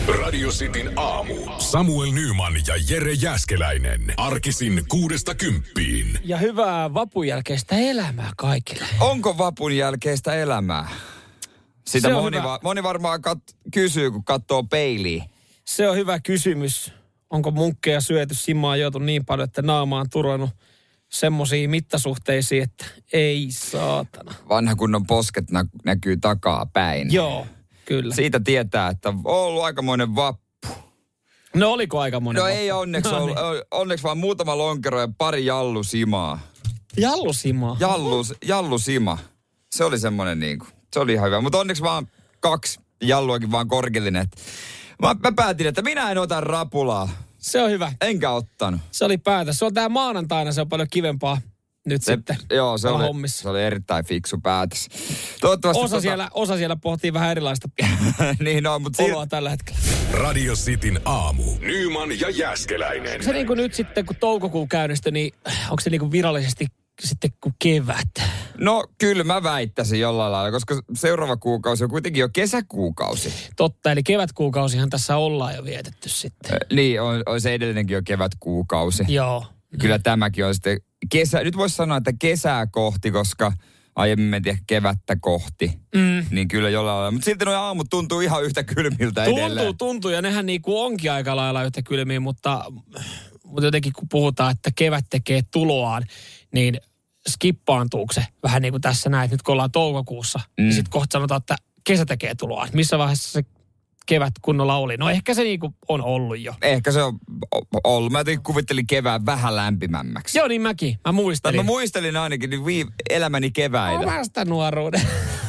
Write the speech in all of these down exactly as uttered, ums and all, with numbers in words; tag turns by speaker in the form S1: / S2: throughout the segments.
S1: Radio Cityn aamu. Samuel Nyman ja Jere Jääskeläinen. Arkisin kuudesta kymppiin.
S2: Ja hyvää vapun jälkeistä elämää kaikille.
S3: Onko vapun jälkeistä elämää? Sitä moni, va- moni varmaan kat- kysyy, kun katsoo peiliin.
S2: Se on hyvä kysymys. Onko munkkeja syöty, simmaa joutu niin paljon, että naama on turvannut semmoisiin mittasuhteisiin, että ei saatana.
S3: Vanha kunnon posket nä- näkyy takaa päin.
S2: Joo, kyllä.
S3: Siitä tietää, että on ollut aikamoinen vappu.
S2: No oliko aikamoinen
S3: No
S2: vappu?
S3: ei onneksi
S2: no,
S3: ollut.
S2: Niin.
S3: Onneksi vaan muutama lonkero ja pari jallusimaa.
S2: Jallusimaa?
S3: Jallus, jallusima. Se oli semmoinen niinku, se oli ihan hyvä. Mutta onneksi vaan kaksi jalluakin vaan korkillinen. Mä, mä päätin, että minä en ota rapulaa.
S2: Se on hyvä.
S3: Enkä ottanut.
S2: Se oli päätös. Se on tää maanantaina, se on paljon kivempaa nyt
S3: se,
S2: sitten.
S3: Joo, se oli,
S2: hommissa.
S3: se oli erittäin fiksu päätös. Toivottavasti
S2: osa, tota... siellä, osa siellä pohtii vähän erilaista
S3: niin on, mutta
S2: oloa
S3: siir...
S2: tällä hetkellä.
S1: Radio Cityn aamu. Nyman ja Jääskeläinen.
S2: Se niin kuin nyt sitten, kun toukokuu käynnistyi, niin onko se niin kuin virallisesti sitten kuin kevät?
S3: No kyllä mä väittäisin jollain lailla, koska seuraava kuukausi on kuitenkin jo kesäkuukausi.
S2: Totta, eli kevätkuukausihan tässä ollaan jo vietetty sitten.
S3: Äh, niin, on, on se edellinenkin jo kevätkuukausi.
S2: Joo.
S3: Kyllä mm. tämäkin on sitten kesä, nyt voisi sanoa, että kesää kohti, koska aiemmin mentiin ehkä kevättä kohti. Mm. Niin kyllä jollain lailla. Mutta silti nuo aamut tuntuu ihan yhtä kylmiltä
S2: tuntuu,
S3: edelleen.
S2: Tuntuu, tuntuu. Ja nehän niinku onkin aika lailla yhtä kylmiä, mutta, mutta jotenkin kun puhutaan, että kevät tekee tuloaan, niin skippaantuuko se vähän niin kuin tässä näin, nyt kun ollaan toukokuussa, mm. niin sitten kohta sanotaan, että kesä tekee tuloaan. Missä vaiheessa se kevät kunnolla oli? No ehkä se niin kuin on ollut jo.
S3: Ehkä se on ollut. Mä jotenkin kuvittelin kevään vähän lämpimämmäksi.
S2: Joo, niin mäkin. Mä muistelin.
S3: Mä muistelin ainakin niin vii- elämäni keväitä.
S2: Omasta nuoruuden.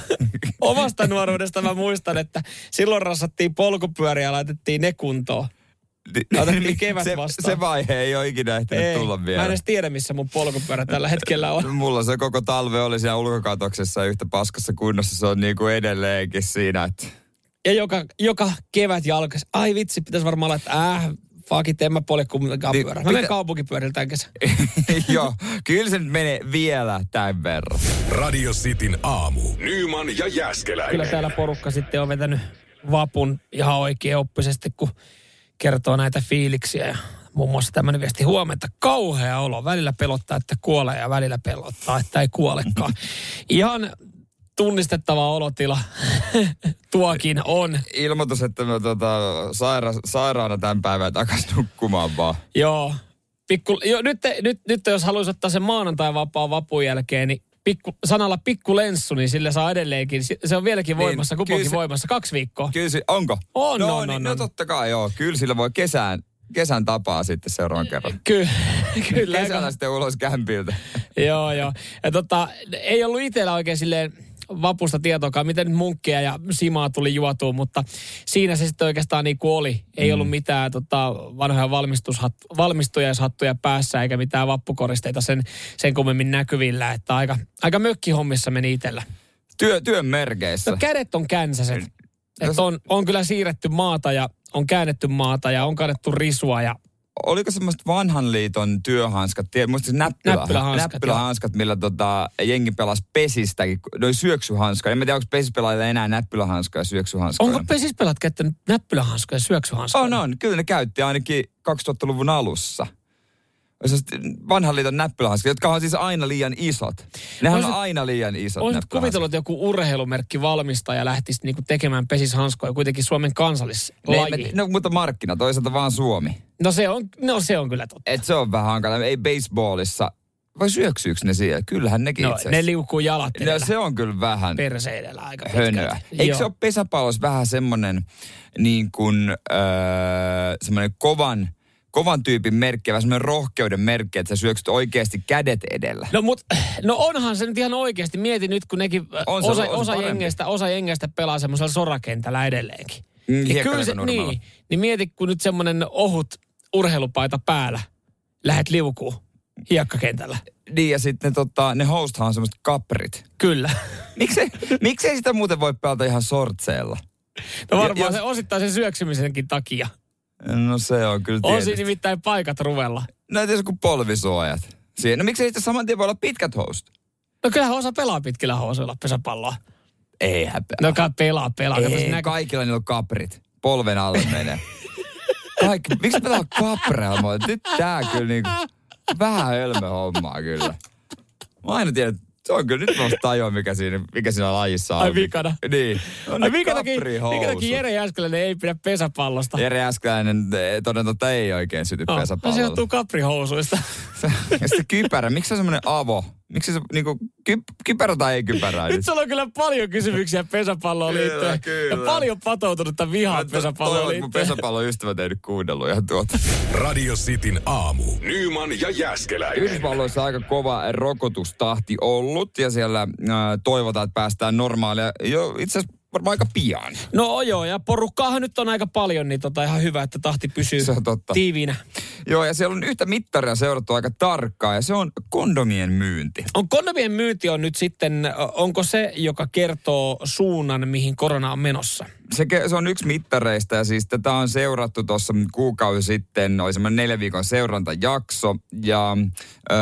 S2: Omasta nuoruudesta mä muistan, että silloin rassattiin polkupyöriä ja laitettiin ne kuntoon. Otettiin kevät
S3: se,
S2: vastaan.
S3: se vaihe ei ole ikinä ehtinyt ei, tulla vielä.
S2: Mä en edes tiedä, missä mun polkupyörä tällä hetkellä on.
S3: Mulla se koko talve oli siellä ulkokatoksessa yhtä paskassa kunnossa. Se on niin kuin edelleenkin siinä, että...
S2: Ja joka, joka kevät jalkas. Ai vitsi, pitäisi varmaan laittaa, äh, fuckit, en mä polje kumminkaan
S3: niin,
S2: pyörä. Mä menen kaupunkipyörillä tämän kesän.
S3: Joo, kyllä se nyt menee vielä tämän verran.
S1: Radio Cityn aamu. Nyman ja Jääskeläinen.
S2: Kyllä täällä porukka sitten on vetänyt vapun ihan oikein oppisesti, kun kertoo näitä fiiliksiä. Ja muun muassa tämmöinen viesti huomenta. Kauhea olo. Välillä pelottaa, että kuolee ja välillä pelottaa, että ei kuolekaan. Ihan tunnistettava olotila tuokin on.
S3: Ilmoitus, että mä tota, saira, sairaana tämän päivän takaisin nukkumaan vaan.
S2: Joo. Pikku, jo, nyt, nyt, nyt jos haluaisi ottaa sen maanantai vapaa vapun jälkeen, niin pikku, sanalla pikku lenssu, niin sille saa edelleenkin. Se on vieläkin voimassa, niin, kuponkin se, voimassa. Kaksi viikkoa.
S3: Kyllä se, onko?
S2: On,
S3: no,
S2: on,
S3: niin,
S2: on,
S3: no
S2: on.
S3: totta kai joo. Kyllä sillä voi kesään, kesän tapaa sitten seuraavan kerran.
S2: Ky- kyllä.
S3: Kesällä
S2: eikä...
S3: sitten ulos kämpiltä.
S2: joo, joo. Ja tota, ei ollut itsellä oikein silleen vapusta tietoakaan, miten nyt munkkia ja simaa tuli juotua, mutta siinä se sitten oikeastaan niin kuin oli. Ei mm. ollut mitään tota, vanhoja valmistujaishattuja päässä eikä mitään vappukoristeita sen, sen kummemmin näkyvillä. Että aika, aika mökkihommissa meni itsellä.
S3: Työ, työn merkeissä.
S2: No kädet on känsäset. Että on, on kyllä siirretty maata ja on käännetty maata ja on kannettu risua ja
S3: oliko semmoista vanhan liiton työhanskat, muistin näppylä,
S2: näppylähanskat,
S3: näppylähanskat millä tota, jengi pelasi pesistäkin, noi syöksyhanskoja. En mä tiedä, onko pesispelaajilla enää näppylähanskoja ja syöksyhanskoja.
S2: Onko pesispelaat käyttänyt näppylähanskoja ja syöksyhanskoja?
S3: On, on. Kyllä ne käytti ainakin kaksituhattaluvun alussa. Vanhan liiton näppylähanskat, jotka on siis aina liian isot. Nehän olisit, on aina liian isot
S2: olisit kuvitellut, että joku urheilumerkki valmistaja lähtisi niinku tekemään pesishanskoja, kuitenkin Suomen kansallislaji.
S3: Ne, no, mutta markkina, toisaalta vaan Suomi.
S2: No se on, no se on kyllä totta.
S3: Et se on vähän hankala. Ei baseballissa. Vai syöksyykö ne siellä? Kyllähän nekin
S2: no,
S3: itse asiassa.
S2: Ne liukuu jalat edellä.
S3: No se on kyllä vähän
S2: perse edellä aika pitkälti.
S3: Hönöä. Eikö Joo. se ole pesäpallossa vähän semmoinen niin kuin öö, semmoinen kovan, kovan tyypin merkki, vähän semmoinen rohkeuden merkki, että sä syöksyt oikeasti kädet edellä?
S2: No mut, no onhan se nyt ihan oikeasti. Mieti nyt, kun nekin
S3: on se,
S2: osa,
S3: on
S2: osa, jengeistä, osa jengeistä pelaa semmoisella sorakentällä edelleenkin.
S3: Mm,
S2: niin, kyllä se, niin, niin mieti, kun nyt semmoinen ohut urheilupaita päällä lähet liukuun hiekkakentällä.
S3: Niin ja sitten tota, ne hosthan on semmoiset kaprit.
S2: Kyllä.
S3: Miksei, miksei sitä muuten voi pelata ihan sortseella?
S2: No varmaan
S3: ja,
S2: se osittain sen syöksymisenkin takia.
S3: No se on kyllä tietysti.
S2: On siinä nimittäin paikat ruvella.
S3: Näitä joku polvisuojat. Siihen. No miksei sitä saman tien voi olla pitkät housut?
S2: No kyllähän osa pelaa pitkillä housuilla pesäpalloa.
S3: Eihän pelaa.
S2: No kai pelaa, pelaa.
S3: Ei, kaikilla niillä on kaprit. polven alle menee. Kaikki, miksi me täällä on kapreella? Nyt tää kyllä niinku vähän hölmö hommaa kyllä. Mä aina tiedän, että se on kyllä, nyt mä tajua, mikä siinä, mikä siinä lajissa on.
S2: Ai vikana.
S3: Niin. On
S2: Ai minkä takia, minkä takia Jere Jääskeläinen ei pidä pesäpallosta?
S3: Jere Jääskeläinen toden totta ei oikein syty no, pesäpallolla.
S2: Se johtuu kaprihousuista.
S3: Ja sitten kypärä. Miksi se on semmoinen avo? Miksi se niinku ky, kypärä tai ei kypärä?
S2: Nyt sulla on kyllä paljon kysymyksiä pesäpalloon liittyen. Kyllä. Ja paljon patoutunutta vihaa pesäpalloon liittyen.
S3: Toivon, mun pesäpalloystävät ei nyt kuunnellut ihan tuota.
S1: Radio Cityn aamu. Nyman ja Jääskeläinen.
S3: Yhdysvalloissa aika kova rokotustahti ollut ja siellä äh, toivotaan, että päästään normaalia jo itse asiassa varmaan aika pian.
S2: No joo, ja porukkaahan nyt on aika paljon, niin tota ihan hyvä, että tahti pysyy tiiviinä.
S3: Joo, ja siellä on yhtä mittaria seurattu aika tarkkaan, ja se on kondomien myynti.
S2: On kondomien myynti on nyt sitten, onko se, joka kertoo suunnan, mihin korona on menossa?
S3: Se, se on yksi mittareista, ja siis tätä on seurattu tuossa kuukausi sitten, oli semmoinen neljän viikon seurantajakso, ja öö,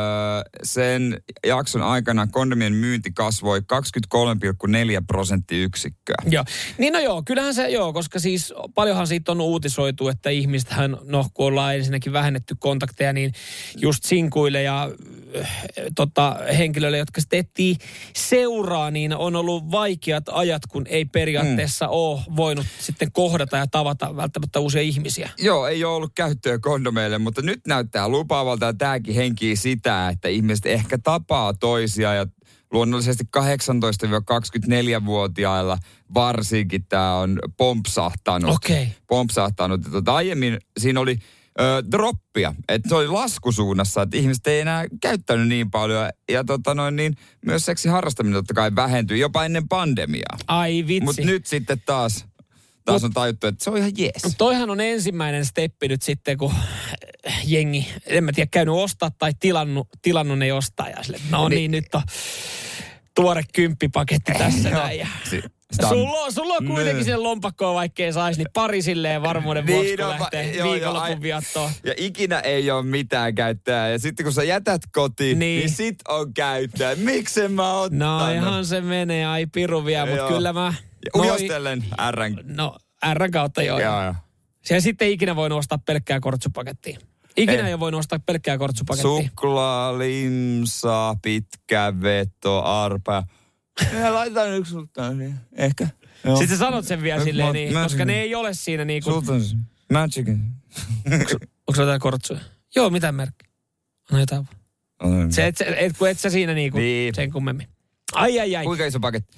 S3: sen jakson aikana kondomien myynti kasvoi kaksikymmentäkolme pilkku neljä prosenttiyksikköä.
S2: Joo, niin no joo, kyllähän se joo, koska siis paljonhan siitä on uutisoitu, että ihmistähän, no kun ollaan ensinnäkin vähennetty kontakteja, niin just sinkuille ja äh, tota, henkilöille, jotka sitten etsii seuraa, niin on ollut vaikeat ajat, kun ei periaatteessa mm. ole voinut sitten kohdata ja tavata välttämättä uusia ihmisiä.
S3: Joo, ei ole ollut käyttöä kondomeille, mutta nyt näyttää lupaavalta ja tämäkin henkii sitä, että ihmiset ehkä tapaa toisia ja luonnollisesti kahdeksantoista-kaksikymmentäneljä-vuotiailla varsinkin tämä on pompsahtanut.
S2: Okei. Okay.
S3: Pompsahtanut. Tota, aiemmin siinä oli ö, droppia, että se oli laskusuunnassa, että ihmiset ei enää käyttänyt niin paljon. Ja tota noin, niin myös seksin harrastaminen totta kai vähentyi jopa ennen pandemiaa.
S2: Ai vitsi.
S3: Mutta nyt sitten taas... Taas on tajuttu, että se on ihan jees.
S2: Toihan on ensimmäinen steppi nyt sitten, kun jengi, en mä tiedä, käynyt ostaa tai tilannut, tilannut ne ostaa. Ja sille, no niin, nyt on tuore kymppipaketti tässä näin. Ja sulla on, sulla on kuitenkin sen lompakkoon, vaikkei saisi, niin pari silleen varmuuden vuoksi, niin, kun no, lähtee viikonlopun viattoon.
S3: Ja ikinä ei ole mitään käyttää. Ja sitten kun sä jätät kotiin, niin, niin sit on käyttää. Miksen mä ottanut?
S2: No ihan se menee, ai piru vielä, mutta kyllä mä...
S3: Ujostellen R:n.
S2: No R:n kautta joo.
S3: Joo, joo.
S2: Siellä sitten ei ikinä voi ostaa pelkkää kortsupakettia. Ikinä ei, ei voi ostaa pelkkää kortsupakettia.
S3: Suklaa, limsa, pitkä veto, arpa. Ja laitetaan yksi sultaan, niin ehkä. Joo.
S2: Sitten sä sanot sen vielä silleen, niin, koska ne ei ole siinä niin kuin...
S3: Sultaan Magicin.
S2: Onko se jotain kortsuja? Joo, mitä merkki? No jotain. Se, et, et, kun et sä siinä niin kuin niin. Sen kummemmin. Ai, ai, ai.
S3: Kuinka iso paketti?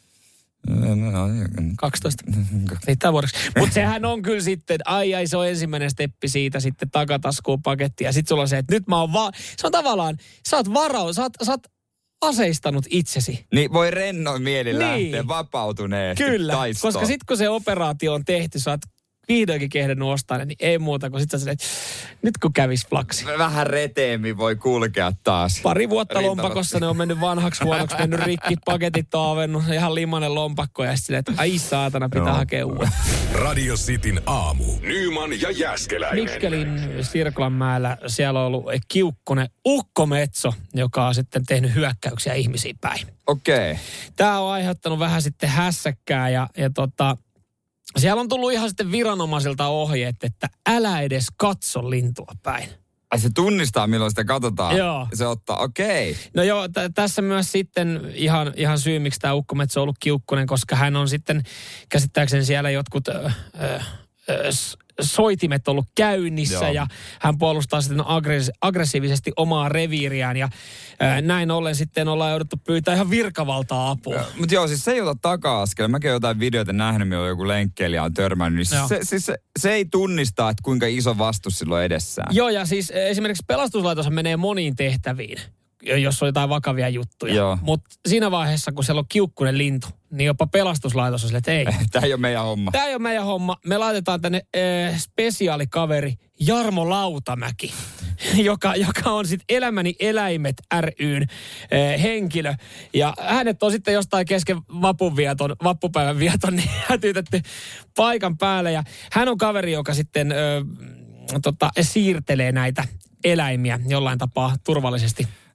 S2: kaksitoista. Riittää vuodeksi. Mutta sehän on kyllä sitten, ai ai, se on ensimmäinen steppi siitä sitten takataskuun paketti. Ja sitten sulla on se, että nyt mä oon vaan, se on tavallaan, sä oot varau, sä oot, sä oot aseistanut itsesi.
S3: Niin voi rennoin mieli niin. lähteä vapautuneesti
S2: kyllä,
S3: taistoon.
S2: koska sitten kun se operaatio on tehty, sä oot vihdoinkin kehdannut ostaa ne, niin ei muuta kuin sitten sä että nyt kun kävis flaksi.
S3: Vähän reteemmin voi kulkea taas.
S2: Pari vuotta Rintavat. Lompakossa ne on mennyt vanhaksi huonoksi, mennyt rikki, paketit on avennut, ihan limanen lompakko ja sitten että ai saatana, pitää no. hakea uuden.
S1: Radio Cityn aamu. Nyman ja Jääskeläinen.
S2: Mikkelin Sirklanmäellä siellä on ollut kiukkunen ukkometso, joka on sitten tehnyt hyökkäyksiä ihmisiin päin.
S3: Okei. Okay.
S2: Tämä on aiheuttanut vähän sitten hässäkkää ja, ja tota... Siellä on tullut ihan sitten viranomaisilta ohjeet, että älä edes katso lintua päin.
S3: Ai se tunnistaa, milloin sitä katsotaan?
S2: Joo.
S3: Se ottaa, okei. Okay.
S2: No joo, t- tässä myös sitten ihan, ihan syy, miksi tämä ukkometso on ollut kiukkunen, koska hän on sitten käsittääkseni siellä jotkut ö, ö, ö, soitimet ollut käynnissä joo. ja hän puolustaa sitten aggressi- aggressiivisesti omaa reviiriään ja ö, näin ollen sitten ollaan jouduttu pyytää ihan virkavaltaa apua.
S3: Mutta joo, siis se ei ota taka-askel. Mäkin olen jotain videoita nähnyt, milloin joku lenkkeilijä on törmännyt. Niin se, siis se, se ei tunnista, että kuinka iso vastus silloin edessään.
S2: Joo, ja siis esimerkiksi pelastuslaitos menee moniin tehtäviin, jos on jotain vakavia juttuja. Mutta siinä vaiheessa, kun siellä on kiukkunen lintu, niin jopa pelastuslaitos on sille, että ei.
S3: Tämä ei ole meidän homma.
S2: Tämä ei ole meidän homma. Me laitetaan tänne äh, spesiaalikaveri Jarmo Lautamäki, joka, joka on sitten Elämäni eläimet ry:n äh, henkilö. Ja hänet on sitten jostain kesken vapunvieton, vappupäivän vieton, niin hätyytetty paikan päälle. Ja hän on kaveri, joka sitten äh, tota, siirtelee näitä eläimiä jollain tapaa turvallisesti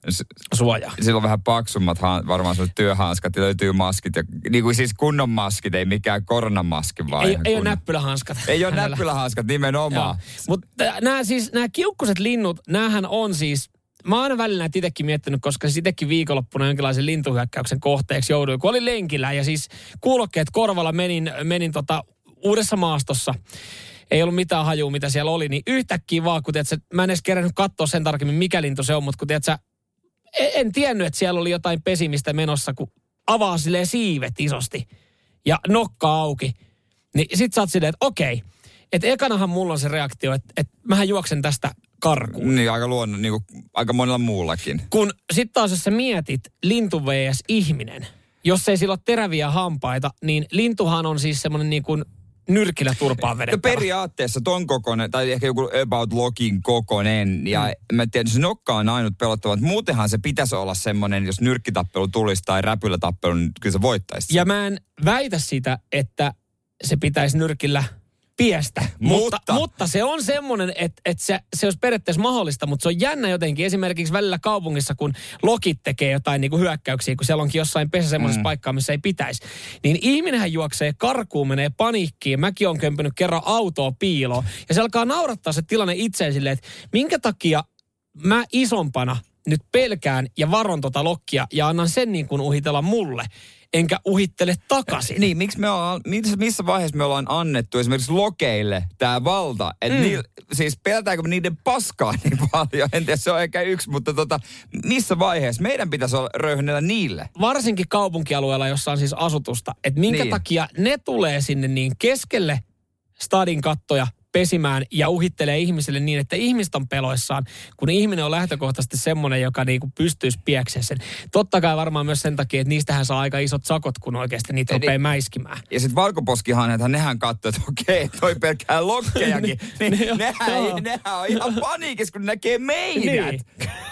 S2: suojaa.
S3: Sillä on vähän paksummat varmaan sellaiset työhanskat ja löytyy maskit. Ja, niin kuin siis kunnon maskit, ei mikään koronamaski vaan.
S2: Ei, ei ole näppylähanskat.
S3: Ei ole näppylähanskat nimenomaan.
S2: Mutta nämä siis, nämä kiukkuset linnut, näähän on siis, mä oon aina välillä näitä itsekin miettinyt, koska siis itsekin viikonloppuna jonkinlaisen lintuhyökkäyksen kohteeksi jouduin, kun oli lenkillä ja siis kuulokkeet korvalla menin, menin tota uudessa maastossa. Ei ollut mitään hajua, mitä siellä oli, niin yhtäkkiä vaan, kun tiedät, mä en edes kerännyt katsoa sen tarkemmin, mikä lintu se on, mutta kun tiedät, sä, en, en tiennyt, että siellä oli jotain pesimistä menossa, kun avaa silleen siivet isosti ja nokka auki, niin sit sä oot silleen, että okei, että ekanahan mulla on se reaktio, että, että mähän juoksen tästä karkuun.
S3: Niin, aika luonnon, niin kuin aika monella muullakin.
S2: Kun sit taas, jos sä mietit lintu vs. ihminen, jos ei sillä ole teräviä hampaita, niin lintuhan on siis semmoinen niin kuin nyrkillä turpaan vedettävä.
S3: No periaatteessa ton kokoinen, tai ehkä joku about login kokoinen, ja mm. mä tiedän, se nokka on ainut pelottava, mutta muutenhan se pitäisi olla semmoinen, jos nyrkkitappelu tulisi tai räpylätappelu, niin kyllä se voittaisi.
S2: Ja mä en väitä sitä, että se pitäisi nyrkillä piestä. Mutta, mutta, mutta se on semmoinen, että, että se, se olisi periaatteessa mahdollista, mutta se on jännä jotenkin. Esimerkiksi välillä kaupungissa, kun lokit tekee jotain niin kuin hyökkäyksiä, kun siellä onkin jossain pesä semmoisessa mm. paikkaa, missä ei pitäisi. Niin ihminenhän juoksee karkuun, menee paniikkiin. Mäkin on kömpynyt kerran autoa piiloon. Ja se alkaa naurattaa se tilanne itseen silleen, että minkä takia mä isompana nyt pelkään ja varon tota lokkia ja annan sen niin kuin uhitella mulle. Enkä uhittele takaisin.
S3: Niin, miksi me ollaan, missä vaiheessa me ollaan annettu esimerkiksi lokeille tämä valta? Että mm. niil, siis pelätäänkö me niiden paskaa niin paljon? En tiedä, se on ehkä yksi, mutta tota, missä vaiheessa meidän pitäisi olla röyhennellä niille?
S2: Varsinkin kaupunkialueella, jossa on siis asutusta. Että minkä niin. takia ne tulee sinne niin keskelle stadin kattoja pesimään ja uhittelee ihmisille niin, että ihmiset on peloissaan, kun ihminen on lähtökohtaisesti semmoinen, joka niinku pystyisi pieksemään sen. Totta kai varmaan myös sen takia, että niistähän saa aika isot sakot, kun oikeasti niitä Eli, rupeaa mäiskimään.
S3: Ja sitten valkoposkihanhethan, nehän katsoo, että okei, toi pelkää lokkejakin. niin, niin, nehän, ei, nehän on ihan paniikissa, kun ne näkee meidät. Niin.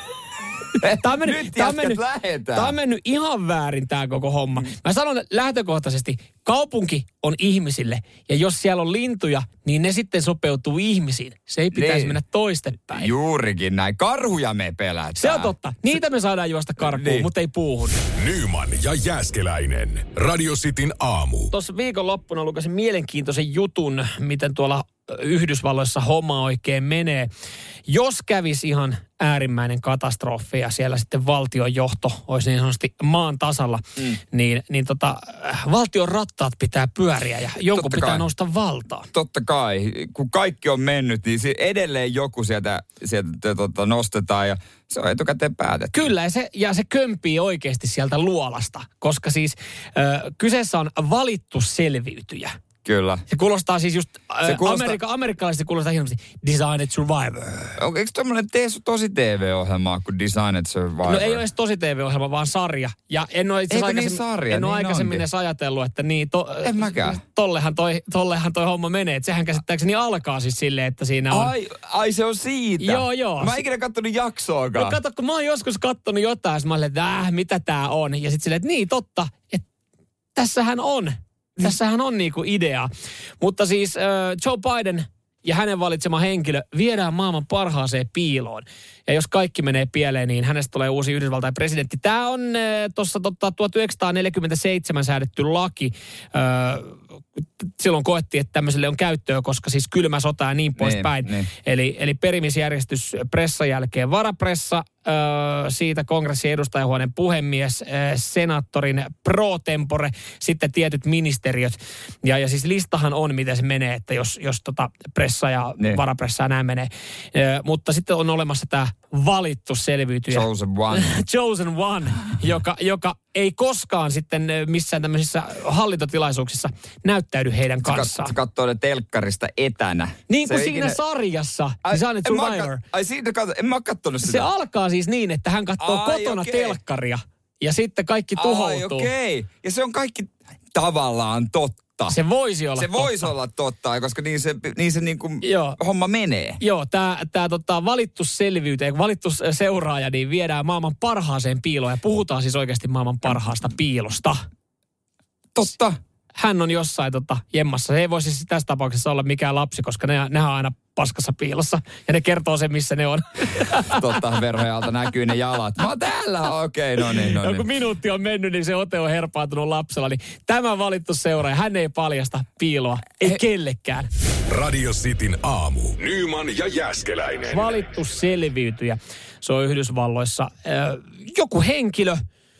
S3: Tää on mennyt,
S2: Nyt tää on mennyt, tää on mennyt ihan väärin tää koko homma. Mä sanon lähtökohtaisesti, kaupunki on ihmisille. Ja jos siellä on lintuja, niin ne sitten sopeutuu ihmisiin. Se ei pitäisi niin. mennä toistepäin.
S3: Juurikin näin. Karhuja me pelätään.
S2: Se on totta. Niitä me saadaan juosta karkuun, niin. mutta ei puuhun.
S1: Nyman ja Jääskeläinen. Radio Cityn aamu.
S2: Tuossa viikonloppuna lukasin mielenkiintoisen jutun, miten tuolla Yhdysvalloissa homma oikein menee. Jos kävisi ihan äärimmäinen katastrofi ja siellä sitten valtion johto olisi niin sanotusti maan tasalla, mm. niin, niin tota, valtion rattaat pitää pyöriä ja jonkun Totta pitää kai. nousta valtaan.
S3: Totta kai. Kun kaikki on mennyt, niin edelleen joku sieltä, sieltä tota, nostetaan ja se on etukäteen päätetty.
S2: Kyllä, ja se, ja se kömpii oikeasti sieltä luolasta, koska siis äh, kyseessä on valittu selviytyjä.
S3: Kyllä.
S2: Se kuulostaa siis just, äh, kuulostaa... Amerika, amerikkalaisesti kuulostaa hienosti Designed Survivor.
S3: Eikö tämmöinen tosi T V-ohjelma kuin Designed Survivor?
S2: No ei ole edes tosi T V-ohjelma, vaan sarja. Ja en ole itse asiassa aikaisemmin,
S3: niin sarja,
S2: en
S3: niin
S2: ole aikaisemmin edes ajatellut, että niin, to,
S3: en mäkään.
S2: Tollehan, toi, tollehan toi homma menee. Et sehän käsittääkseni alkaa siis silleen, että siinä on...
S3: Ai, ai se on siitä?
S2: Joo, joo.
S3: Mä en ikinä kattonut jaksoakaan.
S2: No kato, kun mä oon joskus kattonut jotain, mä olin, että äh, mitä tää on? Ja sitten silleen, että niin, totta, että tässähän on. Tässähän on niinku idea. Mutta siis äh, Joe Biden ja hänen valitsema henkilö viedään maailman parhaaseen piiloon. Ja jos kaikki menee pieleen, niin hänestä tulee uusi Yhdysvaltain presidentti. Tämä on äh, tuossa tota, tuhatyhdeksänsataaneljäkymmentäseitsemän säädetty laki. Äh, silloin koettiin, että tämmöiselle on käyttöä, koska siis kylmä sota ja niin poispäin. Niin, niin. Eli, eli perimisjärjestys pressan jälkeen varapressa, äh, siitä kongressin edustajahuoneen puhemies, äh, senaattorin pro tempore, sitten tietyt ministeriöt. Ja, ja siis listahan on, miten se menee, että jos, jos tota pressa ja niin. varapressa ja näin menee. Äh, mutta sitten on olemassa tämä valittu selviytyjä.
S3: Chosen one.
S2: Chosen one, joka, joka ei koskaan sitten missään tämmöisissä hallintotilaisuuksissa näyttäydy heidän kanssaan.
S3: Se katsoo ne telkkarista etänä.
S2: Niin kuin siinä ikinä... sarjassa. Ai, Designed Survivor.
S3: Ai siitä katso, en mä ole kattonut sitä.
S2: Se alkaa siis niin, että hän katsoo ai, kotona okay. telkkaria ja sitten kaikki tuhoutuu. Ai okei. Okay.
S3: Ja se on kaikki tavallaan totta.
S2: Se voisi olla
S3: se
S2: totta.
S3: Se voisi olla totta, koska niin se, niin se niin kuin homma menee.
S2: Joo, tämä tää tota, valittu selviytyjä, valittu seuraaja, niin viedään maailman parhaaseen piiloon. Ja puhutaan siis oikeasti maailman parhaasta piilosta.
S3: Totta.
S2: hän on jossain tota, jemmassa. Se ei voisi siis tässä tapauksessa olla mikään lapsi, koska ne, nehän on aina paskassa piilossa. Ja ne kertoo sen, missä ne on.
S3: Totta, verhojen alta näkyy ne jalat. Mä oon täällä, okei, okay, no niin, no niin.
S2: Ja kun minuutti on mennyt, niin se ote on herpaantunut lapsella. Niin tämä valittu seuraaja, hän ei paljasta piiloa, ei He... kellekään.
S1: Radio Cityn aamu. Nyman ja Jääskeläinen.
S2: Valittu selviytyjä. Se on Yhdysvalloissa äh, joku henkilö,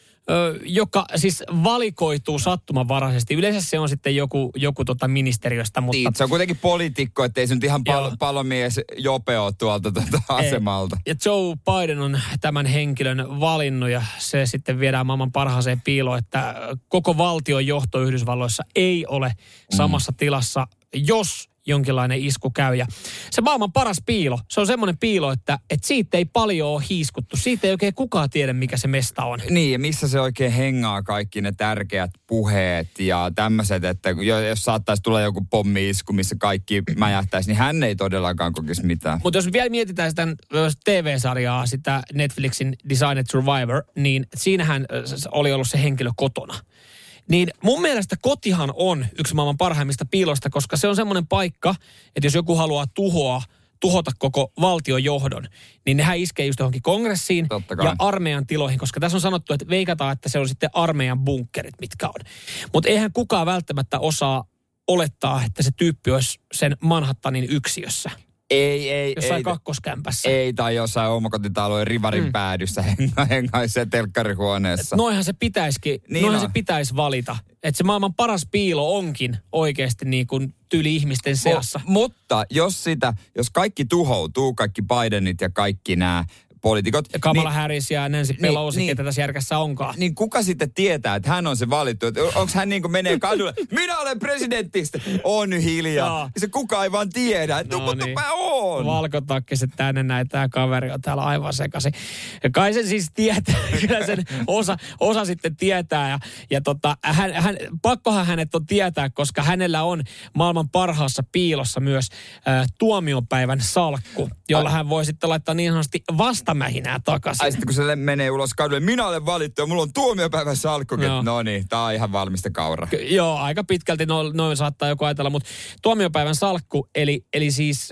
S2: Ö, joka siis valikoituu sattumanvaraisesti. Yleensä se on sitten joku, joku tota ministeriöstä, mutta...
S3: Niin, se on kuitenkin poliitikko, ettei se nyt ihan pal- palomies Jope ole tuolta tuota asemalta.
S2: Ja Joe Biden on tämän henkilön valinnut ja se sitten viedään maailman parhaaseen piiloon, että koko valtion johto Yhdysvalloissa ei ole samassa mm. tilassa, jos jonkinlainen isku käy. Ja se maailman paras piilo, se on semmoinen piilo, että, että siitä ei paljon ole hiiskuttu. Siitä ei oikein kukaan tiedä, mikä se mesta on.
S3: Niin, ja missä se oikein hengaa kaikki ne tärkeät puheet ja tämmöiset, että jos saattaisi tulla joku pommi-isku, missä kaikki mäjähtäisi, niin hän ei todellakaan kokisi mitään.
S2: Mutta jos vielä mietitään sitä T V-sarjaa, sitä Netflixin Designated Survivor, niin siinähän oli ollut se henkilö kotona. Niin mun mielestä kotihan on yksi maailman parhaimmista piilosta, koska se on semmoinen paikka, että jos joku haluaa tuhoa, tuhota koko valtiojohdon, niin nehän iskee just johonkin kongressiin ja armeijan tiloihin, koska tässä on sanottu, että veikataan, että se on sitten armeijan bunkkerit, mitkä on. Mutta eihän kukaan välttämättä osaa olettaa, että se tyyppi olisi sen Manhattanin yksiössä.
S3: Ei, ei,
S2: jossain
S3: ei.
S2: kakkoskämpässä.
S3: Ei, tai jossain omakotitalojen rivarin mm. päädyssä henga, hengaisee telkkarihuoneessa.
S2: Et noihan se pitäisikin, niin noihan no. se pitäisi valita. Että se maailman paras piilo onkin oikeasti niin kuin tyyli ihmisten seassa.
S3: Mo, mutta jos sitä, jos kaikki tuhoutuu, kaikki Bidenit ja kaikki nämä poliitikot.
S2: Ja Kamala niin, Harris ja Nancy Pelosi, niin, ketä tässä järkässä onkaan.
S3: Niin kuka sitten tietää, että hän on se valittu? Onko hän niin kuin menee kadulle, minä olen presidenttistä, on hiljaa. Ja se kukaan ei vaan tiedä, että no mutta niin. Mä oon.
S2: Valkotakkiset tänne näin, tämä kaveri on täällä aivan sekaisin. Ja kai sen siis tietää, kyllä sen osa, osa sitten tietää. Ja, ja tota, hän, hän, pakkohan hänet on tietää, koska hänellä on maailman parhaassa piilossa myös äh, tuomiopäivän salkku, jolla hän voi sitten laittaa niin sanotusti vasta mähinää takaisin.
S3: Ai sitten kun se menee ulos kadulle, minä olen valittu ja mulla on tuomiopäivän salkkukin. No niin, tää on ihan valmista kauraa. K-
S2: joo, aika pitkälti noin no, saattaa joku ajatella, mutta tuomiopäivän salkku, eli, eli siis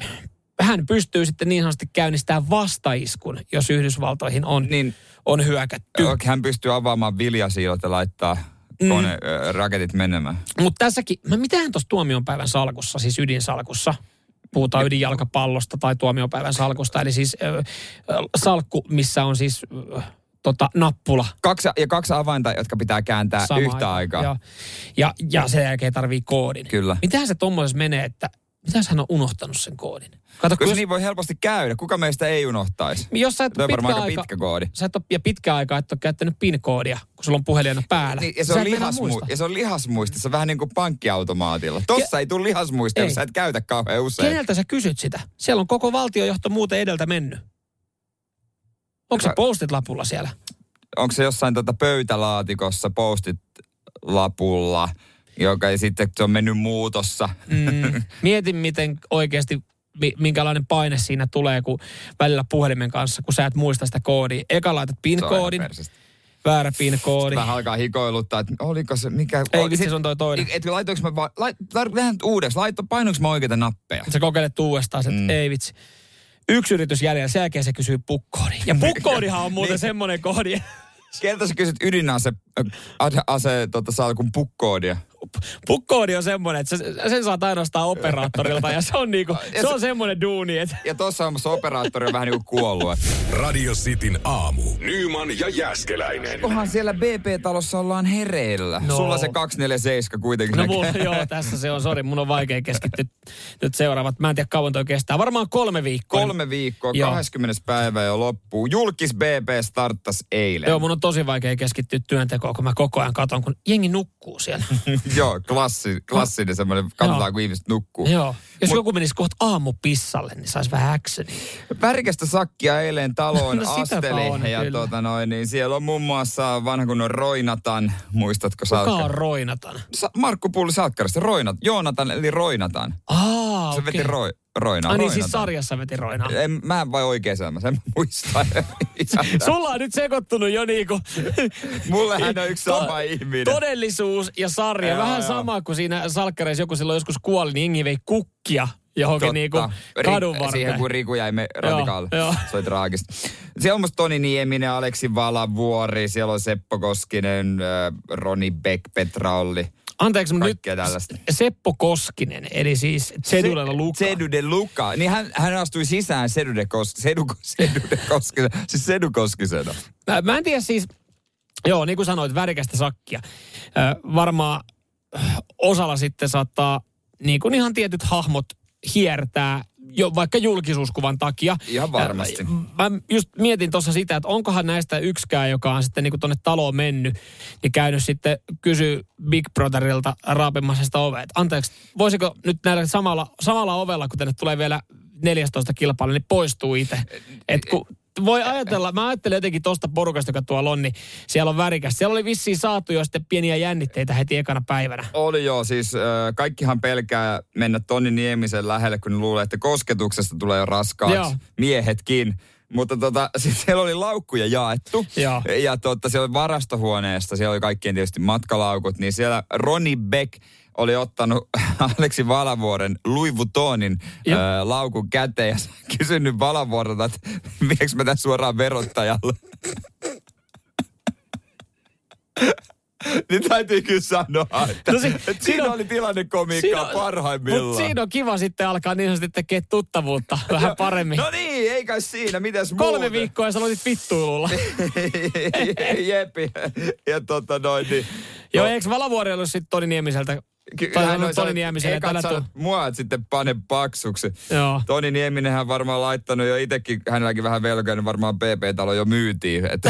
S2: hän pystyy sitten niin sanotusti käynnistämään vastaiskun, jos Yhdysvaltoihin on, niin, on hyökätty.
S3: Hän pystyy avaamaan viljasiilot ja laittaa kone, mm. raketit menemään.
S2: Mutta tässäkin, mitähän tuossa tuomiopäivän salkussa, siis ydinsalkussa, puhutaan ydinjalkapallosta tai tuomiopäivän salkusta, eli siis äh, salkku, missä on siis äh, tota, nappula.
S3: Kaksi, ja kaksi avainta, jotka pitää kääntää Sama yhtä aikaa.
S2: Ja, ja, ja sen jälkeen tarvii koodin.
S3: Kyllä.
S2: Mitähän se tuommoisessa menee, että mitäs hän on unohtanut sen koodin?
S3: Kato, Kyllä jos... niin voi helposti käydä. Kuka meistä ei unohtaisi?
S2: Jos sä et ole pitkä aika,
S3: pitkä koodi.
S2: Sä et ole, ja pitkä aika et ole käyttänyt PIN-koodia, kun sulla on puhelin päällä.
S3: Niin, ja, se on lihasmu- ja se on lihasmuistissa vähän niin kuin pankkiautomaatilla. Tossa Ke- ei tule lihasmuistia, jos sä et käytä kauhean usein.
S2: Keneltä sä kysyt sitä? Siellä on koko valtiojohto muuten edeltä mennyt. Onko se postit-lapulla siellä?
S3: Onko se jossain tuota pöytälaatikossa postit-lapulla, joka ei sitten se on mennyt muutossa?
S2: Mm, mietin, miten oikeasti, minkälainen paine siinä tulee, kun välillä puhelimen kanssa, kun sä et muista sitä koodia. Eka laitat PIN-koodin, väärä PIN-koodi.
S3: Vähän alkaa hikoiluttaa, että oliko se, mikä...
S2: Ei, oli, vitsi, se on toi toinen.
S3: Että laitoinko mä vaan, lait, lähden uudeksi, laitto, painoinko mä oikeita nappeja?
S2: Sä kokeilet uudestaan, että mm. ei vitsi. Yksi yritys jäljellä, sen jälkeen se kysyy pukkoodi. Ja pukkoodihan on muuten niin. semmoinen koodi.
S3: Keltä sä kysyt ydinase, ase, tota, salkun pukkoodia?
S2: Pukkoodi on semmoinen, että sen saat ainoastaan operaattorilta ja se on niinku, se, se on semmoinen duuni. Että...
S3: Ja tossa on se operaattori on vähän niinku kuollut.
S1: Radio Cityn aamu. Nyman ja Jääskeläinen.
S3: Kohan siellä B P-talossa ollaan hereillä. No. Sulla se kaksisataaneljäkymmentäseitsemän kuitenkin.
S2: No mulla, joo, tässä se on, sori, mun on vaikea keskittyä nyt seuraavat. Mä en tiedä kauan toi kestää. Varmaan kolme viikkoa.
S3: Kolme viikkoa, joo. kahdeskymmenes päivä jo loppuu. Julkis B P starttas eilen.
S2: Joo, mun on tosi vaikea keskittyä työntekoon, kun mä koko ajan katon, kun jengi nukkuu siellä.
S3: Joo, klassi, klassinen semmoinen, katsotaan kun ihmiset nukkuu.
S2: Joo, jos Mut, joku menisi kohta aamupissalle, niin saisi vähän actionia.
S3: Värikästä sakkia eilen taloon
S2: no,
S3: asteli.
S2: on,
S3: ja tuota noin, niin siellä on muun muassa vanha kunnon Roinatan. Muistatko Salkkari?
S2: Kuka on Roinatan?
S3: Sa- Markku Pulli Salkkarista. Roinat, Joonatan eli Roinatan.
S2: Aa,
S3: Se
S2: okei.
S3: veti Roi. Roinaa.
S2: Ah niin, siis sarjassa veti Roinaa.
S3: En, mä en vai oikein elämässä, en muista.
S2: Sulla on nyt sekoittunut jo niinku...
S3: Mullehän on yksi sama to- ihminen.
S2: Todellisuus ja sarja. Joo, Vähän joo. sama kuin siinä salkkareissa joku silloin joskus kuoli, niin jengi vei kukkia johonkin niinku kadun varteen.
S3: Siihen kun Riku jäi me ratikaalle.
S2: Joo,
S3: se oli traagista. Siellä on musta Toni Nieminen, Aleksi Valavuori, siellä on Seppo Koskinen, äh, Roni Beck, Petra Olli.
S2: Anteeksi, mutta nyt
S3: tällaista.
S2: Seppo Koskinen, eli siis Sedu de Luca.
S3: Sedu de Luca. Niin hän, hän astui sisään Sedu de, Kos, Sedu, Sedu de Koskisen, siis Sedu Koskisena.
S2: Mä, mä en tiedä siis, joo niin kuin sanoit, värikästä sakkia. Ö, varmaan osalla sitten saattaa niin kuin ihan tietyt hahmot hiertää jo vaikka julkisuuskuvan takia.
S3: Ihan varmasti.
S2: Mä just mietin tuossa sitä, että onkohan näistä yksikään, joka on sitten niinku tonne taloon mennyt, niin käynyt sitten kysyä Big Brotherilta raapimassa sitä ovea. Anteeksi, voisiko nyt näillä samalla, samalla ovella, kun tänne tulee vielä neljätoista kilpailu, niin poistuu itse. Että kun voi ajatella, mä ajattelen jotenkin tuosta porukasta, joka tuolla on, niin siellä on värikästä. Siellä oli vissiin saatu jo sitten pieniä jännitteitä heti ekana päivänä.
S3: Oli joo, siis äh, kaikkihan pelkää mennä Toni Niemisen lähelle, kun ne luulee, että kosketuksesta tulee jo raskaaksi. Joo. Miehetkin. Mutta tota, sitten siellä oli laukkuja jaettu. Joo. Ja tota, siellä oli varastohuoneesta, siellä oli kaikkien tietysti matkalaukut, niin siellä Roni Beck oli ottanut Aleksi Valavuoren Louis Vuittonin ää, laukun käteen ja kysynyt Valavuorelta, että viekö mä tämän suoraan verottajalle. Niin täytyy kyllä sanoa, että, no si- että siinä, siinä oli tilannekomiikkaa parhaimmillaan. Mutta
S2: siinä on kiva sitten alkaa niin sanotusti tekemään tuttavuutta vähän paremmin.
S3: No niin, eikä siinä, mitäs muuta.
S2: Kolme viikkoa ja sä aloitit vittuilulla.
S3: Jepi. Ja tota noin niin.
S2: Joo, eikö Valavuori ollut sitten Toni Niemiseltä?
S3: Ky- tai hän on Toni Niemiselle. Ei katso mua, että sitten pane paksuksi. Joo. Toni Nieminenhän varmaan laittanut jo itsekin, hänelläkin vähän velkoja, niin varmaan P P-talo jo myytiin. Että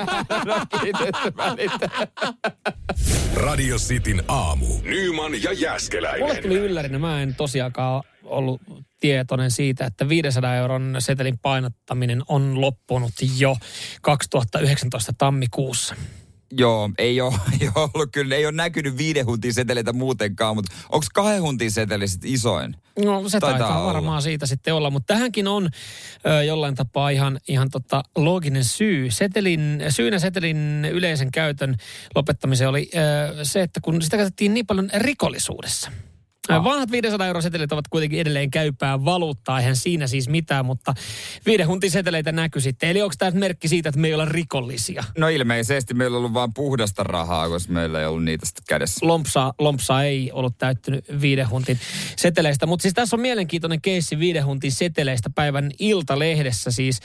S1: Radio Cityn aamu. Nyman ja Jääskeläinen.
S2: Mulle tuli yllärinä. Mä en tosiaankaan ollut tietoinen siitä, että viidensadan euron setelin painattaminen on loppunut jo kaksituhattayhdeksäntoista tammikuussa.
S3: Joo, ei ole, ei ole ollut kyllä, ei ole näkynyt viiden huntin seteleitä muutenkaan, mutta onko kahden huntin seteli sitten isoin?
S2: No se taitaa, taitaa varmaan siitä sitten olla, mutta tähänkin on ö, jollain tapaa ihan, ihan tota looginen syy. Setelin, syynä setelin yleisen käytön lopettamiseen oli ö, se, että kun sitä käytettiin niin paljon rikollisuudessa. Ah. Vanhat viidensadan euron setelit ovat kuitenkin edelleen käypää valuuttaa, eihän siinä siis mitään, mutta viiden huntin seteleitä näkyy sitten. Eli onko tämä merkki siitä, että me ei olla rikollisia?
S3: No ilmeisesti meillä on ollut vaan puhdasta rahaa, koska meillä ei ollut niitä sitten kädessä.
S2: Lompsa, lompsa ei ollut täyttynyt viiden huntin seteleistä, mutta siis tässä on mielenkiintoinen keissi viiden huntin seteleistä päivän Iltalehdessä siis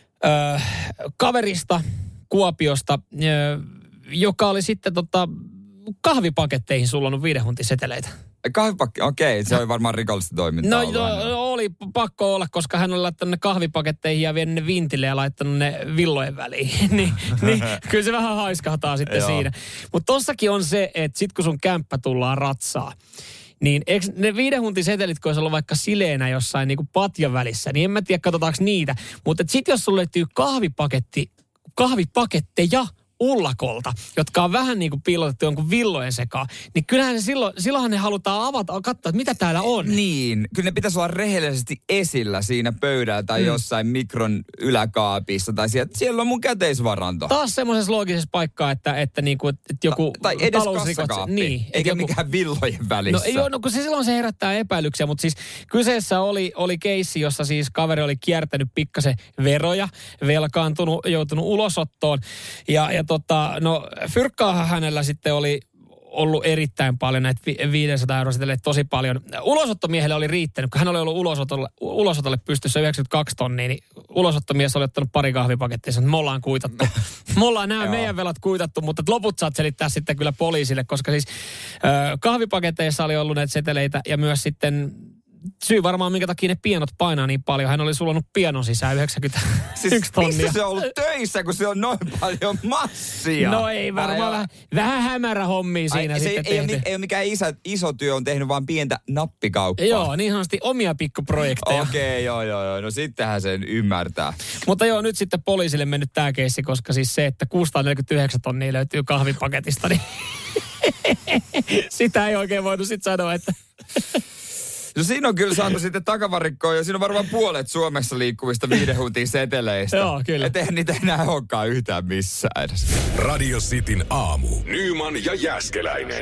S2: äh, kaverista Kuopiosta, äh, joka oli sitten tota, kahvipaketteihin sullannut viiden huntin seteleitä.
S3: Kahvipakki, okei, se oli varmaan rikollista toimintaa.
S2: No jo, oli pakko olla, koska hän oli laittanut ne kahvipaketteihin ja vienyt ne vintille ja laittanut ne villojen väliin. niin, niin kyllä se vähän haiskahtaa sitten siinä. Mutta tossakin on se, että sit kun sun kämppä tullaan ratsaa, niin eikö ne viiden huntin setelit, kun olisi ollut vaikka sileenä jossain niinku patjan välissä, niin en mä tiedä, katsotaanko niitä. Mutta sit jos sulle löytyy kahvipaketti, kahvipaketteja, ullakolta, jotka on vähän niin kuin piilotettu jonkun villojen sekaan, niin kyllähän ne silloin, silloinhan ne halutaan avata, katsoa, että mitä täällä on.
S3: Niin, kyllä ne pitäisi olla rehellisesti esillä siinä pöydällä tai mm. jossain mikron yläkaapissa tai siellä, siellä on mun käteisvaranto.
S2: Taas semmoisessa loogisessa paikkaa, että, että, niinku, että joku
S3: Ta, tai edes kassakaappi, niin, eikä joku, mikään villojen välissä.
S2: No ei ole, no kun se silloin se herättää epäilyksiä, mutta siis kyseessä oli, oli keissi, jossa siis kaveri oli kiertänyt pikkasen veroja, velkaantunut, joutunut ulosottoon ja, ja Tota, no fyrkkaahan hänellä sitten oli ollut erittäin paljon näitä viisisataa euroa seteleitä tosi paljon. Ulosottomiehelle oli riittänyt, kun hän oli ollut ulosotolle, ulosotolle pystyssä yhdeksänkymmentäkaksi tonnia, niin ulosottomies oli ottanut pari kahvipakettia, että me ollaan kuitattu. Me ollaan nämä meidän velat kuitattu, mutta loput saat selittää sitten kyllä poliisille, koska siis äh, kahvipaketeissa oli ollut näitä seteleitä ja myös sitten syy varmaan, minkä takia ne pienot painaa niin paljon. Hän oli sulannut pienon sisään yhdeksänkymmentäyksi siis tonnia.
S3: Missä se on ollut töissä, kun se on noin paljon massia?
S2: No ei varmaan. Vähän, vähän hämärä hommia siinä Ai, sitten
S3: ei, ei, ole, ei ole mikään iso, iso työ, on tehnyt vaan pientä nappikauppaa.
S2: Joo, niin sanotusti omia pikkuprojekteja.
S3: Okei, okay, joo, joo, joo. No sittenhän sen ymmärtää.
S2: Mutta joo, nyt sitten poliisille mennyt tämä keissi, koska siis se, että kuusisataaneljäkymmentäyhdeksän tonnia löytyy kahvipaketista, niin sitä ei oikein voinut sitten sanoa, että...
S3: No siinä on kyllä saatu sitten takavarikkoon ja siinä on varmaan puolet Suomessa liikkuvista viiden huntin seteleistä.
S2: Joo, kyllä.
S3: Et eihän niitä enää olekaan yhtään missään edes.
S1: Radio Cityn aamu. Nyman ja Jääskeläinen.